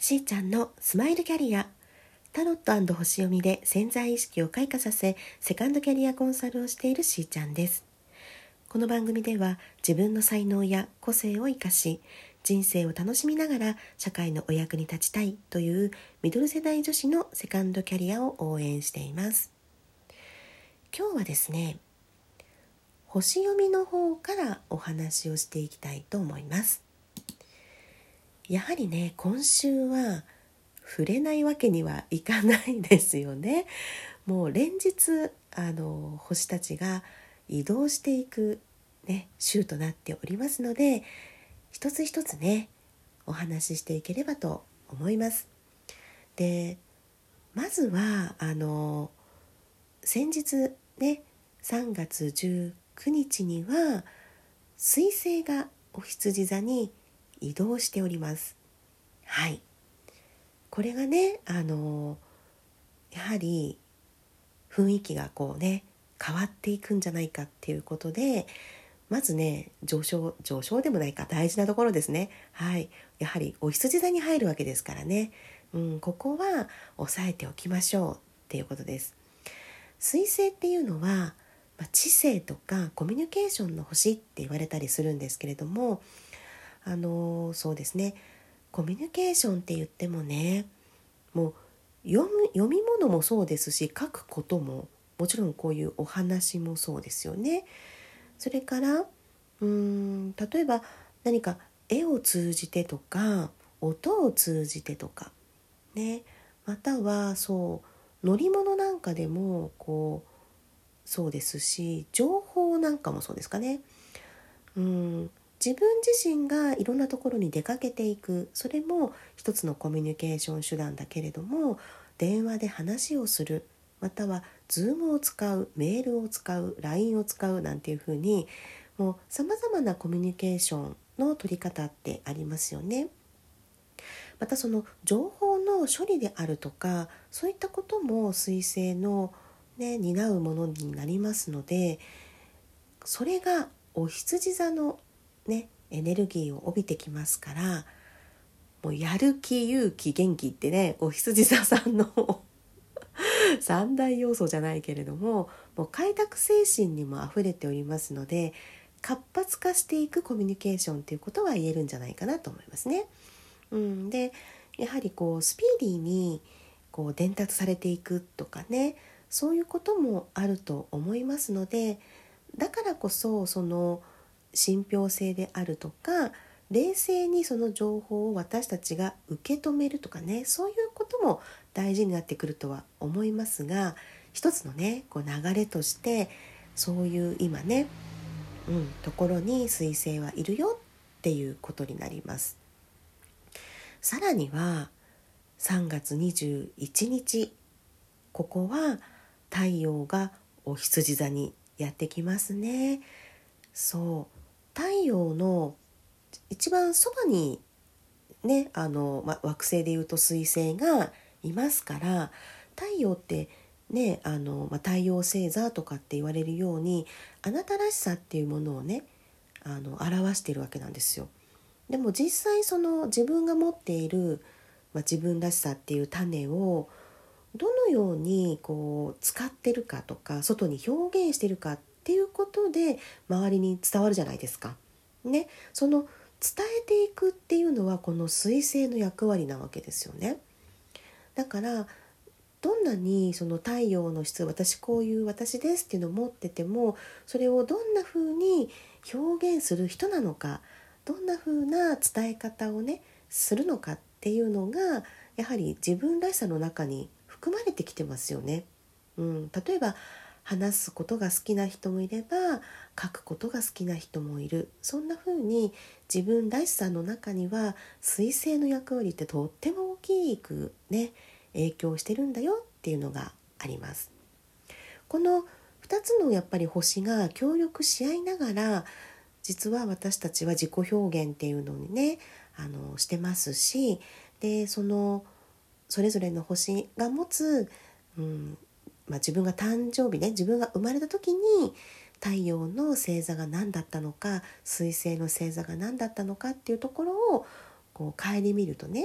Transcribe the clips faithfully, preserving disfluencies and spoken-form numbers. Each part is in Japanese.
しーちゃんのスマイルキャリア、タロット&星読みで潜在意識を開花させ、セカンドキャリアコンサルをしているしーちゃんです。この番組では自分の才能や個性を生かし、人生を楽しみながら社会のお役に立ちたいというミドル世代女子のセカンドキャリアを応援しています。今日はですね、星読みの方からお話をしていきたいと思います。やはりね、今週は触れないわけにはいかないですよね。もう連日あの星たちが移動していく、ね、週となっておりますので、一つ一つねお話ししていければと思います。で、まずはあの先日ね、さんがつじゅうくにちには水星がお羊座に移動しております。はい、これがね、あのやはり雰囲気がこうね変わっていくんじゃないかっていうことで、まずね上昇上昇でもないか、大事なところですね。はい、やはりお羊座に入るわけですからね、うん、ここは押さえておきましょうっていうことです。水星っていうのは、まあ、知性とかコミュニケーションの星って言われたりするんですけれども、あのそうですね、コミュニケーションって言ってもね、もう読む読み物もそうですし、書くことももちろんこういうお話もそうですよね。それからうーん例えば何か絵を通じてとか音を通じてとかね、またはそう乗り物なんかでもこうそうですし、情報なんかもそうですかね。うん、自分自身がいろんなところに出かけていく、それも一つのコミュニケーション手段だけれども、電話で話をする、または Zoom を使う、メールを使う、 ライン を使うなんていうふうに、もうさまざまなコミュニケーションの取り方ってありますよね。またその情報の処理であるとか、そういったことも水星の、ね、担うものになりますので、それがお羊座のねエネルギーを帯びてきますから、もうやる気、勇気、元気ってね、お羊座さんの三大要素じゃないけれども、もう開拓精神にもあふれておりますので、活発化していくコミュニケーションということは言えるんじゃないかなと思いますね。うん、でやはりこうスピーディーにこう伝達されていくとかね、そういうこともあると思いますので、だからこそその信憑性であるとか、冷静にその情報を私たちが受け止めるとかね、そういうことも大事になってくるとは思いますが、一つのねこう流れとしてそういう今ね、うん、ところに水星はいるよっていうことになります。さらにはさんがつにじゅういちにち、ここは太陽がお羊座にやってきますね。そう太陽の一番そばにね、あの、ま、惑星でいうと水星がいますから、太陽ってね、あの、ま、太陽星座とかって言われるように、あなたらしさっていうものをね、あの表しているわけなんですよ。でも実際その自分が持っている、まあ、自分らしさっていう種をどのようにこう使ってるかとか、外に表現してるかっていうことで周りに伝わるじゃないですか。ね、その伝えていくっていうのはこの水星の役割なわけですよね。だからどんなにその太陽の質、私こういう私ですっていうのを持ってても、それをどんな風に表現する人なのか、どんな風な伝え方をねするのかっていうのが、やはり自分らしさの中に含まれてきてますよね。うん、例えば話すことが好きな人もいれば、書くことが好きな人もいる。そんな風に自分らしさの中には水星の役割ってとっても大きくね影響してるんだよっていうのがあります。このふたつのやっぱり星が協力し合いながら、実は私たちは自己表現っていうのにねあのしてますし、でそのそれぞれの星が持つ、うんまあ、自分が誕生日ね、自分が生まれた時に太陽の星座が何だったのか、水星の星座が何だったのかっていうところをこう顧みるとね、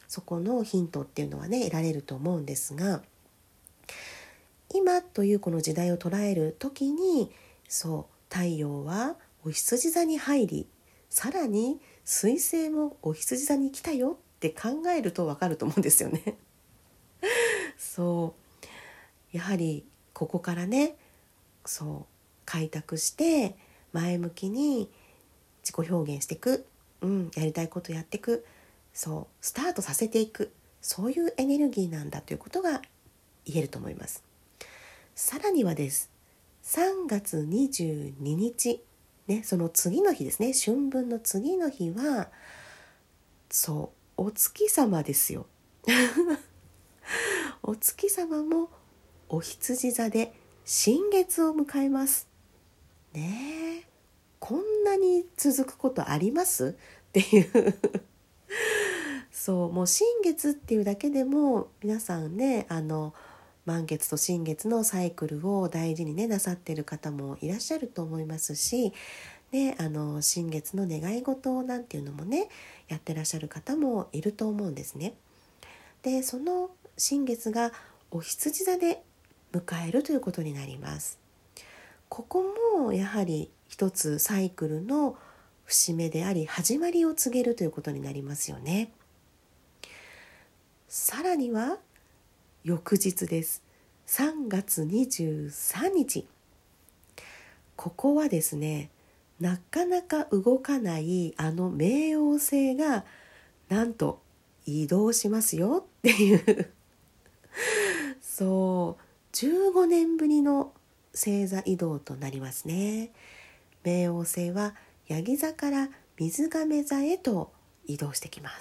そこのヒントっていうのはね得られると思うんですが、今というこの時代を捉える時に、そう太陽はお羊座に入り、さらに水星もお羊座に来たよって考えると分かると思うんですよねそうやはりここからね、そう開拓して前向きに自己表現していく、うん、やりたいことやっていく、そうスタートさせていく、そういうエネルギーなんだということが言えると思います。さらにはです、さんがつにじゅうににち、ね、その次の日ですね、春分の次の日はそうお月様ですよお月様もお羊座で新月を迎えますね。えこんなに続くことありますっていうそうもう新月っていうだけでも皆さんね、あの満月と新月のサイクルを大事にねなさっている方もいらっしゃると思いますし、ね、あの新月の願い事なんていうのもねやってらっしゃる方もいると思うんですね。でその新月がお羊座で迎えるということになります。ここもやはり一つサイクルの節目であり始まりを告げるということになりますよね。さらには翌日です。さんがつにじゅうさんにち、ここはですね、なかなか動かないあの冥王星がなんと移動しますよっていうそうじゅうごねんぶりの星座移動となりますね。冥王星はヤギ座から水亀座へと移動してきます。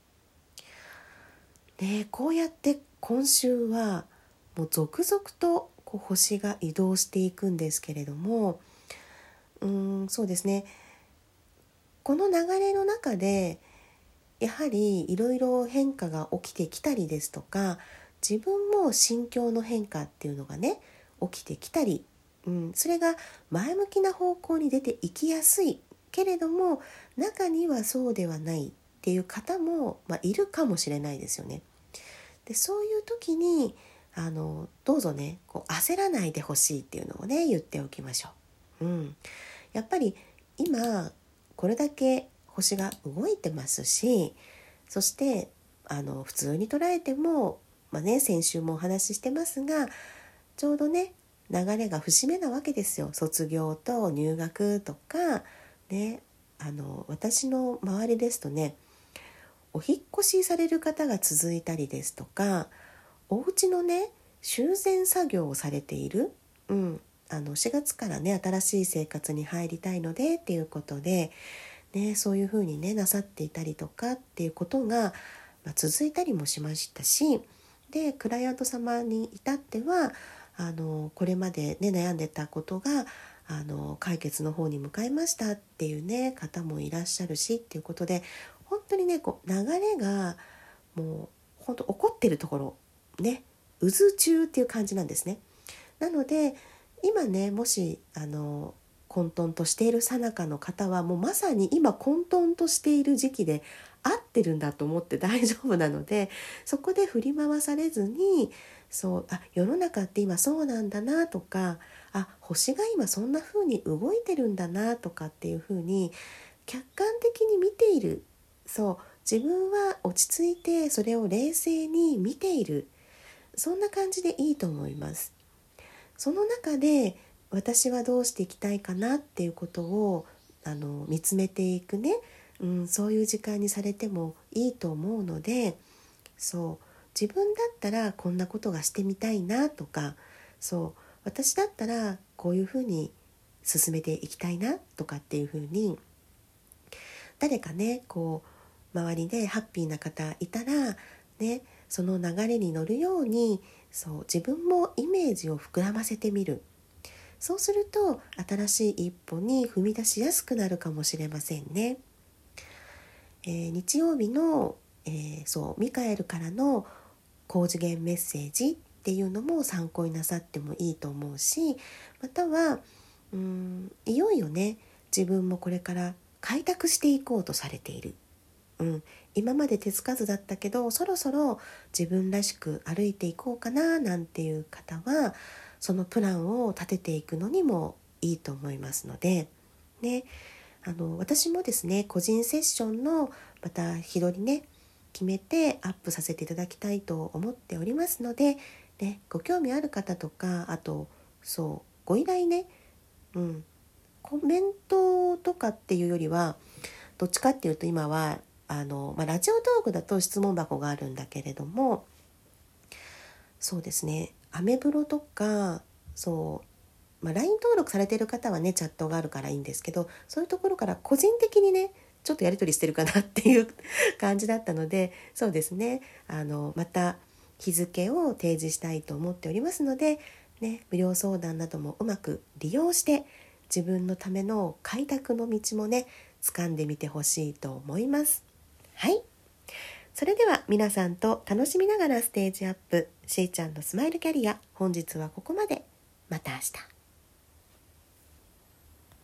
でこうやって今週はもう続々とこう星が移動していくんですけれども、うーんそうですね、この流れの中でやはりいろいろ変化が起きてきたりですとか、自分も心境の変化っていうのがね起きてきたり、うん、それが前向きな方向に出ていきやすいけれども、中にはそうではないっていう方も、まあ、いるかもしれないですよね。でそういう時にあのどうぞねこう焦らないでほしいっていうのをね言っておきましょう。うん、やっぱり今これだけ星が動いてますし、そしてあの普通に捉えても、まあね、先週もお話ししてますが、ちょうどね流れが節目なわけですよ。卒業と入学とかね、あの私の周りですとね、お引っ越しされる方が続いたりですとか、お家のね修繕作業をされている、うん、あのしがつからね新しい生活に入りたいのでっていうことで、ね、そういうふうにねなさっていたりとかっていうことが、まあ、続いたりもしましたし、でクライアント様に至ってはあのこれまで、ね、悩んでたことがあの解決の方に向かいましたっていうね方もいらっしゃるしっていうことで、本当にねこう流れがもう本当起こってるところね、渦中っていう感じなんですね。なので今ねもしあの混沌としている最中の方はもうまさに今混沌としている時期で合ってるんだと思って大丈夫なので、そこで振り回されずに、そうあ世の中って今そうなんだなとか、あ星が今そんな風に動いてるんだなとかっていう風に客観的に見ている、そう自分は落ち着いてそれを冷静に見ている、そんな感じでいいと思います。その中で私はどうしていきたいかなっていうことをあの見つめていくね、うん、そういう時間にされてもいいと思うので、そう自分だったらこんなことがしてみたいなとか、そう私だったらこういうふうに進めていきたいなとかっていうふうに、誰かねこう周りでハッピーな方いたらね、その流れに乗るようにそう自分もイメージを膨らませてみる。そうすると新しい一歩に踏み出しやすくなるかもしれませんね。えー、日曜日の、えー、そうミカエルからの高次元メッセージっていうのも参考になさってもいいと思うし、またはうーんいよいよね自分もこれから開拓していこうとされている。 うん、今まで手つかずだったけどそろそろ自分らしく歩いていこうかななんていう方はそのプランを立てていくのにもいいと思いますので、ね、あの私もですね個人セッションのまた日取りね決めてアップさせていただきたいと思っておりますので、ね、ご興味ある方とかあとそうご依頼ね、うん、コメントとかっていうよりはどっちかっていうと今はあの、まあ、ラジオトークだと質問箱があるんだけれどもそうですねアメブロとかそう、まあ、ライン 登録されている方はねチャットがあるからいいんですけどそういうところから個人的にねちょっとやり取りしてるかなっていう感じだったのでそうですねあのまた日付を提示したいと思っておりますので、ね、無料相談などもうまく利用して自分のための開拓の道もね掴んでみてほしいと思います。はい、それでは皆さんと楽しみながらステージアップしーちゃんのスマイルキャリア本日はここまで。また明日。